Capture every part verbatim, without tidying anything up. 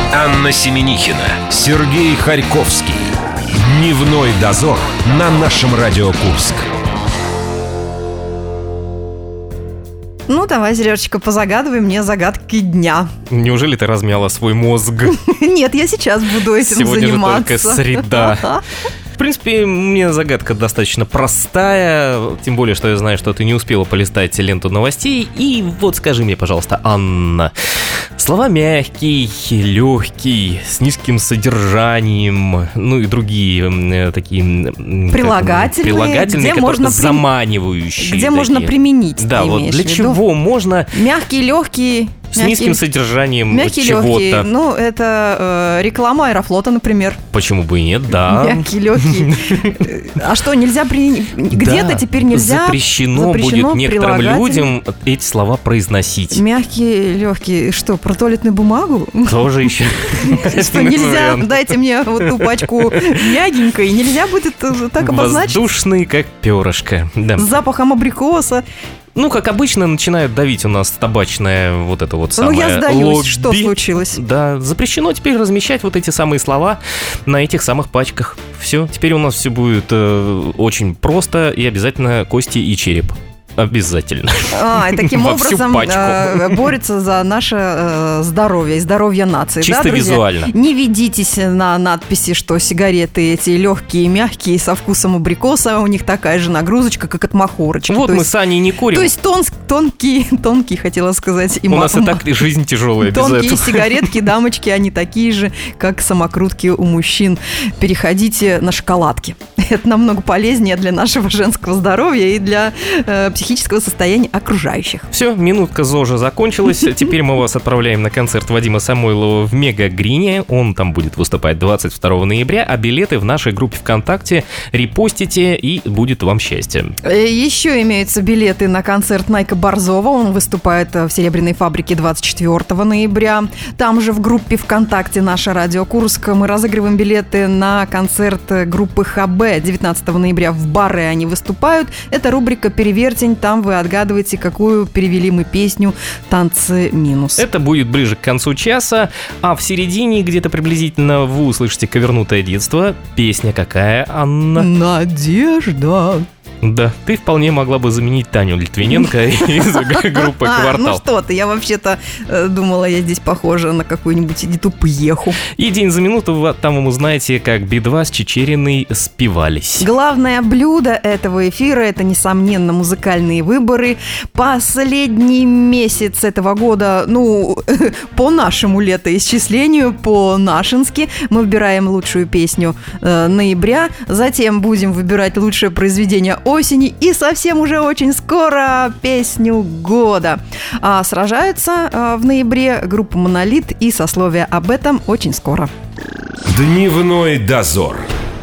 Анна Семенихина, Сергей Харьковский. Дневной дозор на нашем Радио Курск. Ну, давай, Сережечка, позагадывай мне загадки дня. Неужели ты размяла свой мозг? Нет, я сейчас буду этим Сегодня заниматься. Сегодня же только среда. В принципе, мне загадка достаточно простая, тем более, что я знаю, что ты не успела полистать ленту новостей. И вот скажи мне, пожалуйста, Анна, слова мягкий, легкий, с низким содержанием, ну и другие э, такие прилагательные, прилагательные, где можно заманивающие. Где такие. можно применить. Да, вот для чего можно... Мягкий, легкий... С мягкий, низким содержанием мягкий, чего-то. Легкий. Ну, это э, реклама Аэрофлота, например. Почему бы и нет, да. Мягкий, легкий. А что, нельзя при... Где-то теперь нельзя... Запрещено будет некоторым людям эти слова произносить. Мягкий, легкий. Что, про туалетную бумагу? Тоже еще. Что нельзя, дайте мне вот ту пачку мягенькой. Нельзя будет так обозначить? Воздушный, как перышко. С запахом абрикоса. Ну, как обычно, начинают давить у нас табачное вот это вот самое лобби. Ну, я сдаюсь, лобби. Что случилось? Да, запрещено теперь размещать вот эти самые слова на этих самых пачках. Все, теперь у нас все будет э, очень просто и обязательно кости и череп. Обязательно. А, и таким образом э, борется за наше э, здоровье и здоровье нации. Чисто да, визуально. Не ведитесь на надписи, что сигареты эти легкие, мягкие, со вкусом абрикоса. У них такая же нагрузочка, как от махорочки. Вот то мы есть, с Аней не курим. То есть тон, тонкие, тонкие, хотела сказать. И у ма- нас и так жизнь тяжелая без этого. Тонкие сигаретки, дамочки, они такие же, как самокрутки у мужчин. Переходите на шоколадки. Это намного полезнее для нашего женского здоровья и для э, психического состояния окружающих. Все, минутка ЗОЖа закончилась. Теперь мы вас отправляем на концерт Вадима Самойлова в Мега-Грине. Он там будет выступать двадцать второго ноября, а билеты в нашей группе ВКонтакте репостите, и будет вам счастье. Еще имеются билеты на концерт Найка Борзова. Он выступает в Серебряной фабрике двадцать четвертого ноября. Там же в группе ВКонтакте «Наша Радио Курск» мы разыгрываем билеты на концерт группы ХБ. девятнадцатого ноября в Баре они выступают. Это рубрика «Перевертень». Там вы отгадываете, какую перевели мы песню «Танцы минус». Это будет ближе к концу часа, а в середине где-то приблизительно вы услышите «Ковернутое детство». Песня какая, Анна? Надежда. Да, ты вполне могла бы заменить Таню Литвиненко из группы «Квартал». Ну что ты, я вообще-то э, думала, я здесь похожа на какую-нибудь Эдиту Пьеху. И день за минуту вы там узнаете, как Би два с Чичериной спевались. Главное блюдо этого эфира – это, несомненно, музыкальные выборы. Последний месяц этого года, ну, по нашему летоисчислению, по-нашенски, мы выбираем лучшую песню э, ноября, затем будем выбирать лучшее произведение осени и совсем уже очень скоро песню года. А сражаются а, в ноябре группа «Монолит», и сословие об этом очень скоро. Дневной дозор.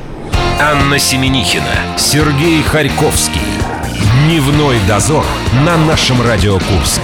Анна Семенихина, Сергей Харьковский. Дневной дозор на нашем Радио Курск.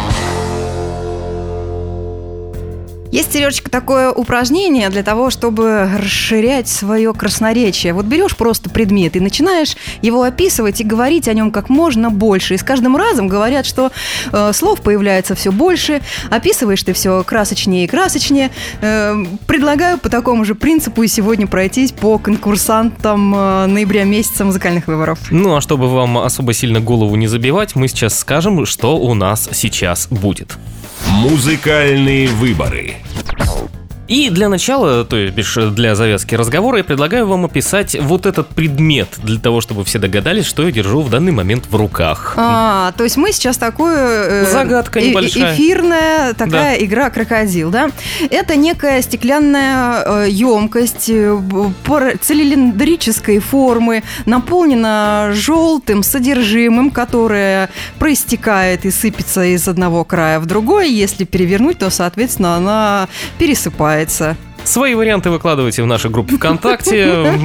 Есть, Сережечка, такое упражнение для того, чтобы расширять свое красноречие. Вот берешь просто предмет и начинаешь его описывать и говорить о нем как можно больше. И с каждым разом говорят, что э, слов появляется все больше, описываешь ты все красочнее и красочнее. Э, предлагаю по такому же принципу и сегодня пройтись по конкурсантам э, ноября месяца музыкальных выборов. Ну, а чтобы вам особо сильно голову не забивать, мы сейчас скажем, что у нас сейчас будет. Музыкальные выборы. И для начала, то есть для завязки разговора, я предлагаю вам описать вот этот предмет, для того, чтобы все догадались, что я держу в данный момент в руках. А, то есть мы сейчас такое... Э, Загадка небольшая. Эфирная такая да. игра «Крокодил», да? Это некая стеклянная э, емкость э, цилиндрической формы, наполнена желтым содержимым, которое проистекает и сыпется из одного края в другой. Если перевернуть, то, соответственно, она пересыпается. Свои варианты выкладывайте в нашей группе ВКонтакте.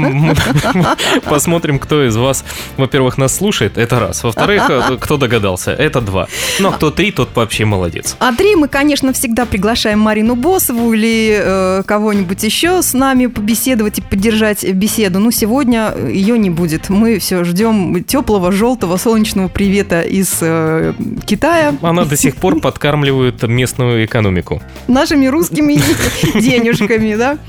Посмотрим, кто из вас, во-первых, нас слушает. Это раз. Во-вторых, кто догадался. Это два. Ну, а кто три, тот вообще молодец. А три мы, конечно, всегда приглашаем Марину Босову или э, кого-нибудь еще с нами побеседовать и поддержать беседу. Ну, сегодня ее не будет. Мы все ждем теплого, желтого, солнечного привета из э, Китая. Она до сих пор подкармливает местную экономику. Нашими русскими денежками, да?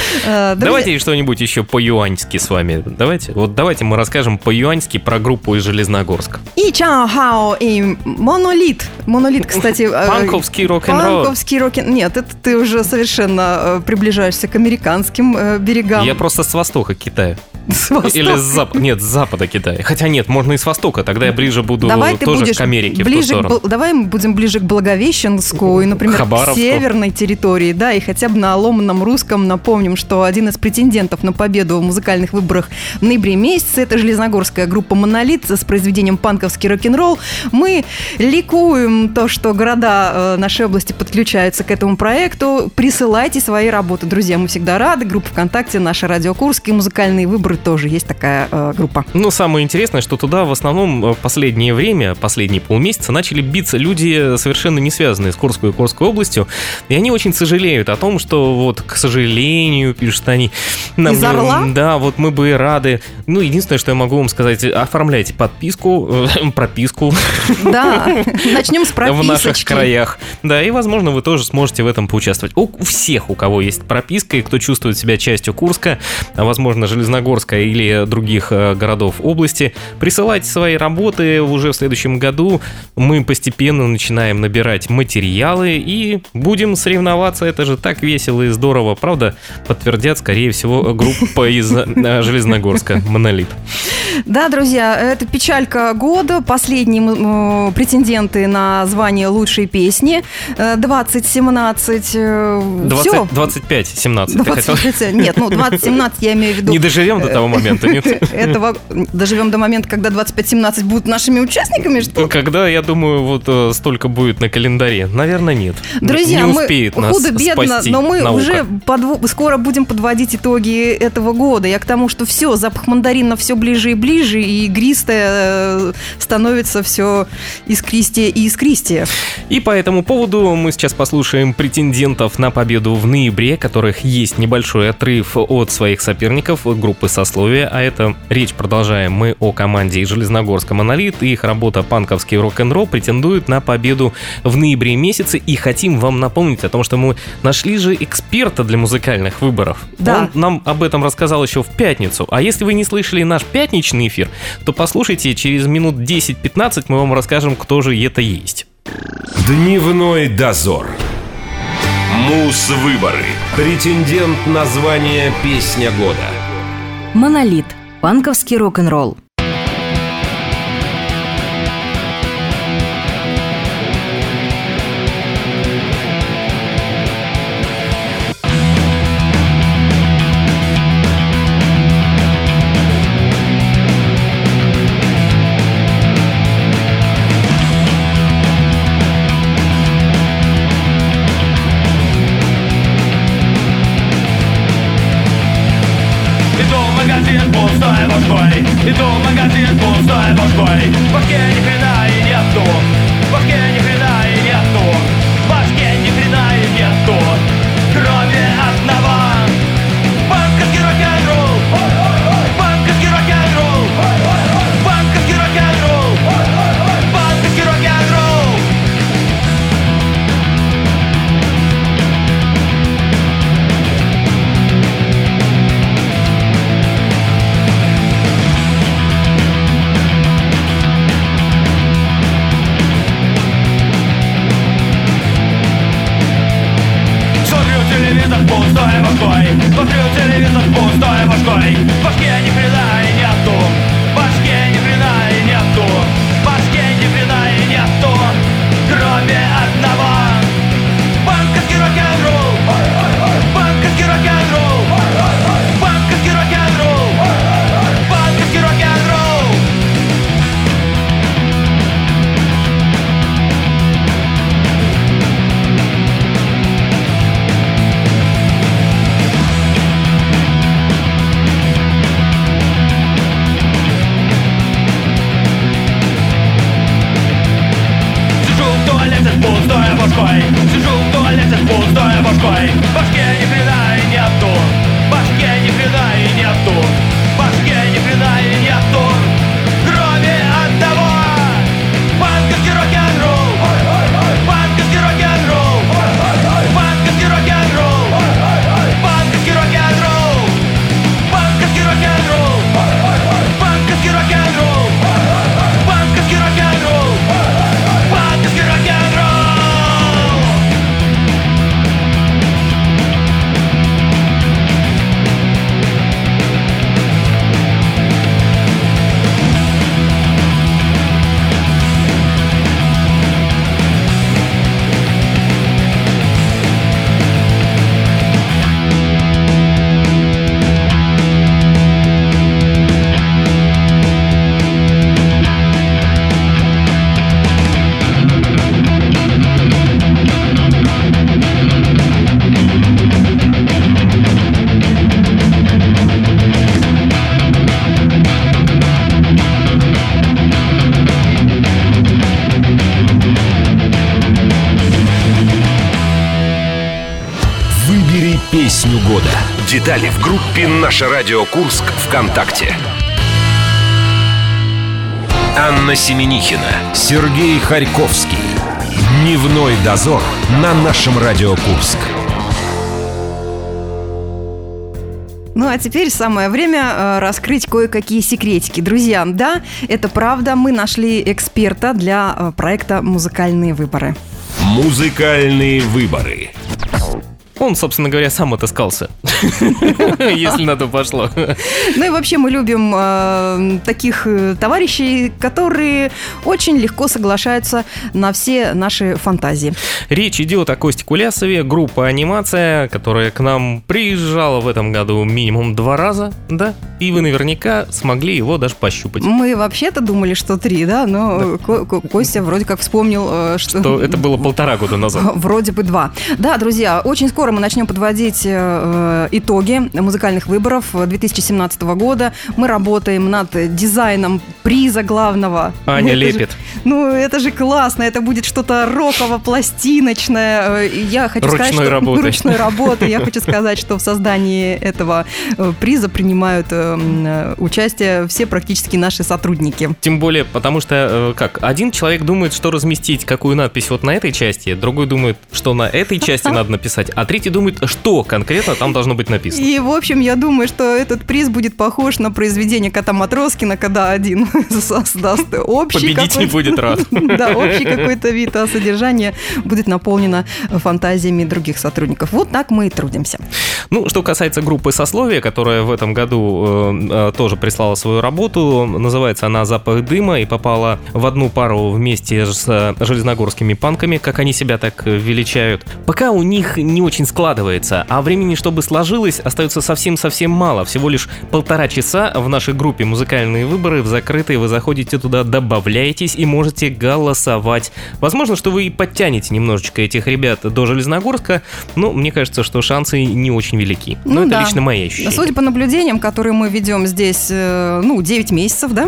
Давайте что-нибудь еще по-юаньски с вами. Давайте. Вот давайте мы расскажем по-юаньски про группу из Железногорска. И Чао Хао, и Монолит. Монолит, кстати... Панковский рок-н-ролл. Панковский рок-н-ролл. Нет, это ты уже совершенно приближаешься к американским берегам. Я просто с востока Китая. С востока. Или с запада. Нет, с запада Китая. Хотя нет, можно и с востока. Тогда я ближе буду давай тоже к Америке, ближе в ту сторону. К, давай мы будем ближе к Благовещенску и, например, к северной территории, да, и хотя бы на ломаном русском напомним, что один из претендентов на победу в музыкальных выборах в ноябре месяце — это железногорская группа «Монолит» с произведением «Панковский рок-н-ролл». Мы ликуем то, что города нашей области подключаются к этому проекту. Присылайте свои работы, друзья, мы всегда рады. Группа ВКонтакте «Наша Радио Курск» и «Музыкальные выборы» тоже есть такая э, группа. Ну, самое интересное, что туда в основном в последнее время, последние полмесяца, начали биться люди, совершенно не связанные с Курской и Курской областью, и они очень сожалеют о том, что вот, к сожалению, пишут они... Нам, Из Орла? Да, вот мы бы рады... Ну, единственное, что я могу вам сказать, оформляйте подписку, э, прописку. Да, начнем с прописочки. В наших краях. Да, и, возможно, вы тоже сможете в этом поучаствовать. У всех, у кого есть прописка, и кто чувствует себя частью Курска, а, возможно, Железногорска или других городов области, присылайте свои работы уже в следующем году. Мы постепенно начинаем набирать материалы и будем соревноваться. Это же так весело и здорово. Правда, подтвердят, скорее всего, группа из Железногорска «Монолит». Да, друзья, это печалька года. Последние э, претенденты на звание лучшей песни двадцать семнадцать. Э, двадцать, двадцать пять семнадцать. двадцать пять, нет, ну двадцать семнадцать я имею в виду. Не доживем до того момента, нет? Этого доживем до момента, когда двадцать пять семнадцать будут нашими участниками, что? Когда, я думаю, вот столько будет на календаре. Наверное, нет. Друзья, не успеет мы нас худо-бедно, спасти но мы наука. уже подв... скоро будем подводить итоги этого года. Я к тому, что все, запах мандарина все ближе и ближе, и игристое становится все искристее и искристее. И по этому поводу мы сейчас послушаем претендентов на победу в ноябре, которых есть небольшой отрыв от своих соперников группы «Сословие», а это речь продолжаем мы о команде из Железногорска «Монолит», и их работа «Панковский рок-н-ролл» претендует на победу в ноябре месяце, и хотим вам напомнить о том, что мы нашли же эксперта для музыкальных выборов. Да. Он нам об этом рассказал еще в пятницу, а если вы не слышали наш пятничный эфир, то послушайте, через минут десять-пятнадцать мы вам расскажем, кто же это есть. Дневной дозор. Муз-выборы. Претендент на звание «Песня года». «Монолит». Панковский рок-н-ролл. Иду в магазин пустой башкой. В башке ни хрена и нету. В башке ни хрена и нету. В башке ни хрена и нету. Кроме одного. Панковский рок-н-ролл. Панковский рок-н-ролл. Панковский рок-н-ролл. Панковский рок-н-ролл. Телевизор пустой башкой. Смотрю телевизор пустой башкой. В башке ни хрена и нету. В башке ни хрена и нету. В башке ни хрена и нету. Кроме одного. Панковский рок-н-ролл. Панковский рок-н-ролл. Панковский рок-н-ролл. Панковский рок-н-ролл. башкой. Сижу в туалете с пустой башкой. В башке ни хрена и нету. В башке ни хрена и нету. В башке ни хрена и нету. Кроме одного. Банковский рок-н-ролл. Банковский рок-н-ролл. Банковский рок-н-ролл. Банковский рок-н-ролл. Банковский рок-н-ролл. Банковский рок-н-ролл. Банковский рок-н-ролл. Банковский рок-н-ролл. Выбери песню года. Детали в группе «Наше радио Курск» ВКонтакте. Анна Семенихина, Сергей Харьковский. Дневной дозор на нашем радио Курск. Ну а теперь самое время э, раскрыть кое-какие секретики. Друзья, да, это правда, мы нашли эксперта для э, проекта «Музыкальные выборы». Музыкальные выборы. Он, собственно говоря, сам отыскался, если на то пошло. Ну и вообще мы любим э, таких э, товарищей, которые очень легко соглашаются на все наши фантазии. Речь идет о Косте Кулясове, группа «Анимация», которая к нам приезжала в этом году минимум два раза, да? И вы наверняка смогли его даже пощупать. Мы вообще-то думали, что три, да? Но да. Ко- Костя вроде как вспомнил, э, что... Что это было полтора года назад. Вроде бы два. Да, друзья, очень скоро мы начнем подводить э, итоги музыкальных выборов две тысячи семнадцатого года. Мы работаем над дизайном приза главного. Аня это лепит. Же, ну, это же классно. Это будет что-то роково-пластиночное. Я хочу ручной сказать, что... работы. Ручной работы. Я хочу сказать, что в создании этого приза принимают э, участие все практически наши сотрудники. Тем более, потому что, э, как, один человек думает, что разместить, какую надпись вот на этой части, другой думает, что на этой части надо написать, а третий думает, что конкретно там должно быть написано. И, в общем, я думаю, что этот приз будет похож на произведение Кота Матроскина, когда один создаст общий... Победить не будет рад. Да, общий какой-то вид, а содержание будет наполнено фантазиями других сотрудников. Вот так мы и трудимся. Ну, что касается группы «Сословие», которая в этом году э, тоже прислала свою работу, называется она «Запах дыма» и попала в одну пару вместе с железногорскими панками, как они себя так величают. Пока у них не очень складывается, а времени, чтобы сложилось, остается совсем-совсем мало. Всего лишь полтора часа в нашей группе «Музыкальные выборы» в закрытой. Вы заходите туда, добавляетесь и можете голосовать. Возможно, что вы и подтянете немножечко этих ребят до Железногорска, но мне кажется, что шансы не очень велики. Ну, но это да. лично мои ощущения. Судя по наблюдениям, которые мы ведем здесь, ну, девять месяцев, да?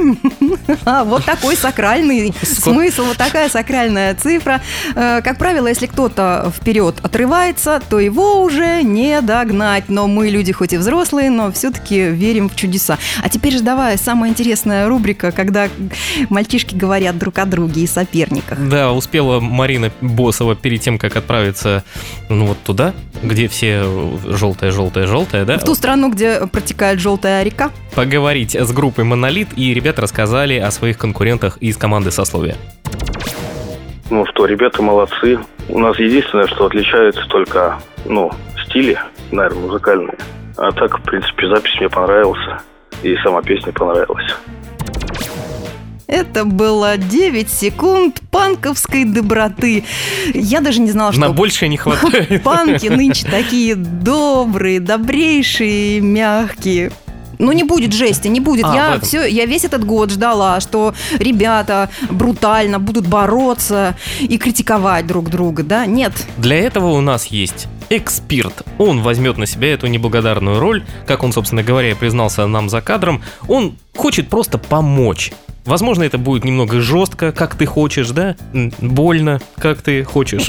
Вот такой сакральный смысл, вот такая сакральная цифра. Как правило, если кто-то вперед отрывается, то его уже не догнать. Но мы люди хоть и взрослые, но все-таки верим в чудеса. А теперь же давай, самая интересная рубрика, когда мальчишки говорят друг о друге и соперниках. Да, успела Марина Босова перед тем, как отправиться, ну, вот туда, где все желтое-желтое-желтое, да? В ту страну, где протекает желтая река. Поговорить с группой «Монолит», и ребята рассказали о своих конкурентах из команды «Сословия». Ну что, ребята молодцы. У нас единственное, что отличается только, ну, стили, наверное, музыкальные. А так, в принципе, запись мне понравилась. И сама песня понравилась. Это было девять секунд панковской доброты. Я даже не знала, что... На большее не хватает. Панки нынче такие добрые, добрейшие, мягкие. Ну, не будет жести, не будет. А, я, все, я весь этот год ждала, что ребята брутально будут бороться и критиковать друг друга, да? Нет. Для этого у нас есть эксперт. Он возьмет на себя эту неблагодарную роль. Как он, собственно говоря, признался нам за кадром, он хочет просто помочь. Возможно, это будет немного жестко, как ты хочешь, да? Больно, как ты хочешь.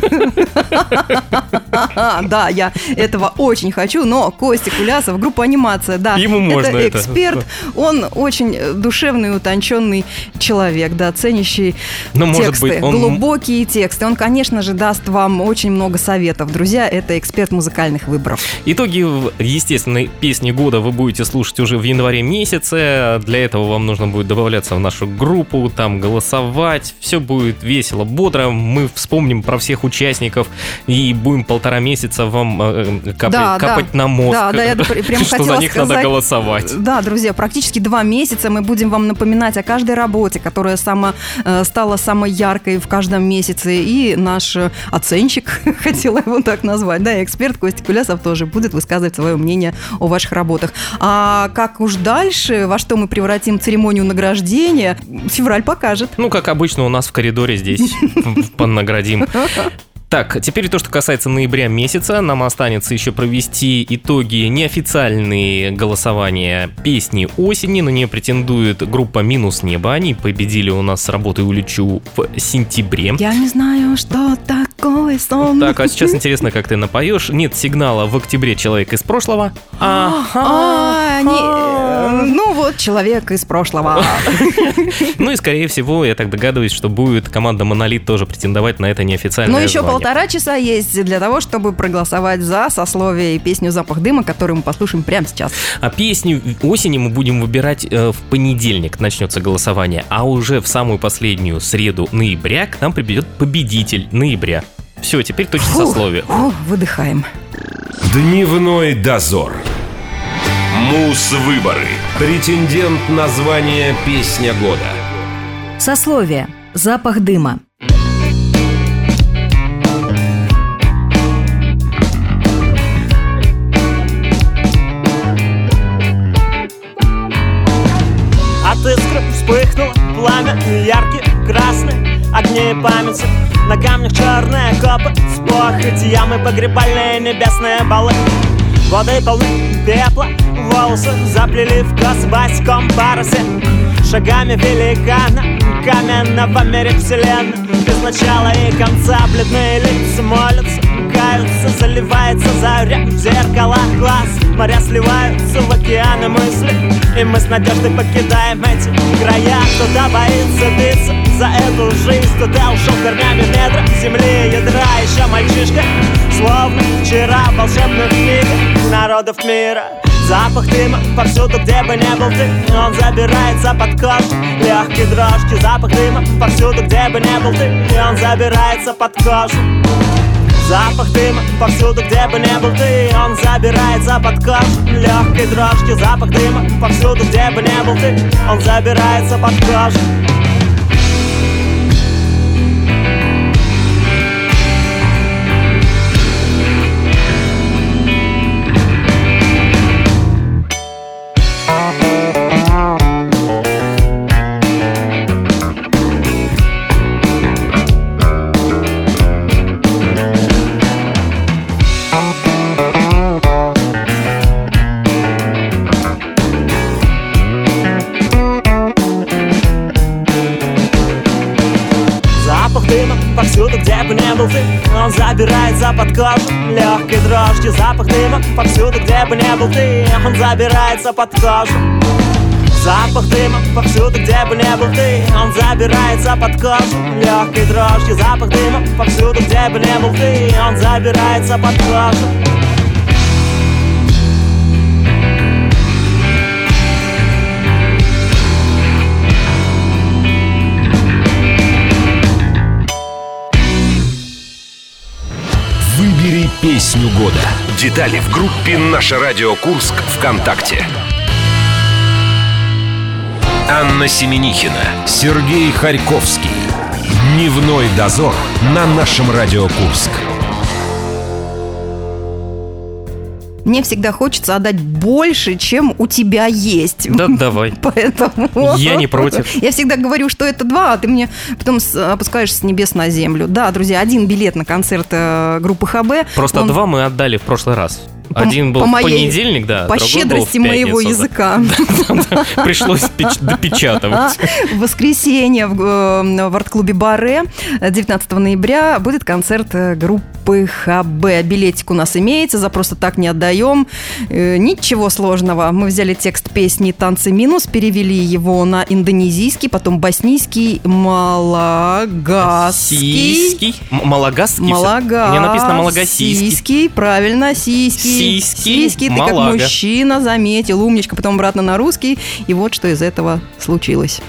Да, я этого очень хочу, но Костя Кулясов, группа «Анимация», да. Ему можно это. Это эксперт, он очень душевный, утонченный человек, да, ценящий Но, тексты, может быть, он... глубокие тексты. Он, конечно же, даст вам очень много советов. Друзья, это эксперт музыкальных выборов. Итоги, естественно, песни года вы будете слушать уже в январе месяце. Для этого вам нужно будет добавляться в нашу группу, там голосовать. Все будет весело, бодро. Мы вспомним про всех участников и будем полтора месяца вам э, капать, да, капать да. на мозг, да, да, я прям что хотела за них сказать, надо голосовать. Да, друзья, практически два месяца мы будем вам напоминать о каждой работе, которая сама, э, стала самой яркой в каждом месяце. И наш оценщик, хотела его так назвать, да, эксперт Костя Кулясов тоже будет высказывать свое мнение о ваших работах. А как уж дальше, во что мы превратим церемонию награждения, февраль покажет. Ну, как обычно у нас в коридоре здесь понаградим. Так, теперь то, что касается ноября месяца. Нам останется еще провести итоги неофициальные голосования песни осени. На нее претендует группа «Минус небо». Они победили у нас с работой «Улечу» в сентябре. Я не знаю, что такое сон. Так, а сейчас интересно, как ты напоешь. Нет сигнала в октябре «Человек из прошлого». А, не, ну вот, человек из прошлого. Ну и, скорее всего, я так догадываюсь, что будет команда «Монолит» тоже претендовать на это неофициальное Ну, еще звание. полтора часа есть для того, чтобы проголосовать за сословие и песню «Запах дыма», которую мы послушаем прямо сейчас. А песню осени мы будем выбирать э, в понедельник, начнется голосование. А уже в самую последнюю среду ноября к нам прибудет победитель ноября. Все, теперь точно Фух, сословие. фух, выдыхаем. Дневной дозор. Муз-выборы. Претендент на звание «Песня года». Сословие. Запах дыма. От искры вспыхнуло пламя, яркий красный огни памяти. На камнях черные копы, вспахать ямы, погребальные небесные балы. Воды полны пепла, волосы заплели в косы босиком парусе. Шагами великана, каменного мира вселенной. Без начала и конца бледные лица молятся, каются, заливается заря в зеркала глаз. Моря сливаются в океаны мысли, и мы с надеждой покидаем эти края. Кто-то боится биться за эту жизнь, кто-то ушел корнями метра земли ядра. Еще мальчишка, словно вчера в волшебных книгах народов мира. Запах дыма повсюду, где бы не был ты, он забирается под кожу легкие дрожки. Запах дыма повсюду, где бы не был ты, и он забирается под кожу. Запах дыма повсюду, где бы не был ты, он забирается под кожу легкой дрожки. Запах дыма повсюду, где бы не был ты, он забирается под кожу. Повсюду, где бы не был ты, он забирается под кожу легкой дрожки. Запах дыма повсюду, где бы не был ты, он забирается под кожу. Запах дыма повсюду, где бы не был ты, он забирается под кожу легкой дрожки. Запах дыма повсюду, где бы не был ты, он забирается под кожу. Выбери песню года. Детали в группе «Наше радио Курск» ВКонтакте. Анна Семенихина, Сергей Харьковский. Дневной дозор на нашем радио Курск. Мне всегда хочется отдать больше, чем у тебя есть. Да, давай. Поэтому... Я не против. Я всегда говорю, что это два, а ты мне потом опускаешься с небес на землю. Да, друзья, один билет на концерт группы ХБ. Просто Он... два мы отдали в прошлый раз. Один был по в моей- понедельник, да. По другой был в щедрости моего пятницу, да. языка. Пришлось печ- допечатывать. В воскресенье в, э, в арт-клубе Баре девятнадцатого ноября будет концерт э, группы ХБ. Билетик у нас имеется, за просто так не отдаем. Э, Ничего сложного. Мы взяли текст песни «Танцы минус», перевели его на индонезийский, потом боснийский, малагасский. Сиський. М- Малагасский. всё? Малага. Мне написано малагасийский. Сиський, правильно, сиськи. Сиськи, Сиськи, ты как Малага. мужчина, заметил, умничка, потом обратно на русский. И вот что из этого случилось.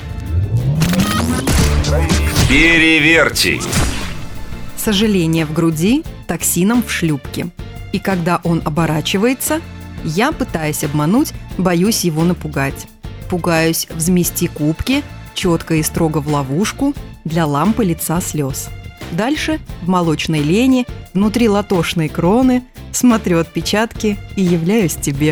Переверьте. Сожаление в груди, токсином в шлюпке. И когда он оборачивается, я, пытаясь обмануть, боюсь его напугать. Пугаюсь взмести кубки, четко и строго в ловушку, для лампы лица слез. Дальше в молочной лени, внутри латошной кроны, смотрю отпечатки и являюсь тебе.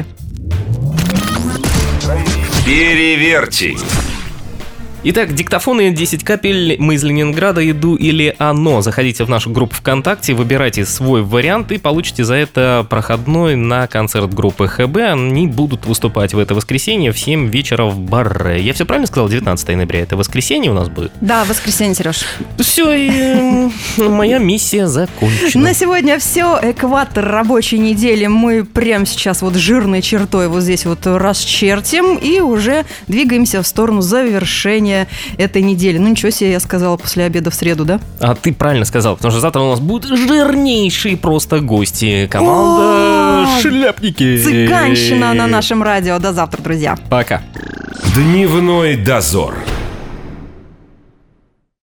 Переверьте. Итак, диктофоны десять капель, мы из Ленинграда, иду или оно. Заходите в нашу группу ВКонтакте, выбирайте свой вариант и получите за это проходной на концерт группы ХБ. Они будут выступать в это воскресенье в семь вечера в Барре. Я все правильно сказал? девятнадцатого ноября. Это воскресенье у нас будет? Да, воскресенье, Сереж. Все, и э, моя миссия закончена. На сегодня все. Экватор рабочей недели мы прямо сейчас вот жирной чертой вот здесь вот расчертим и уже двигаемся в сторону завершения этой недели. Ну ничего себе, я сказала после обеда в среду, да? А ты правильно сказал, потому что завтра у нас будут жирнейшие просто гости. Команда О, «Шляпники». Цыганщина на нашем радио. До завтра, друзья. Пока. Дневной дозор.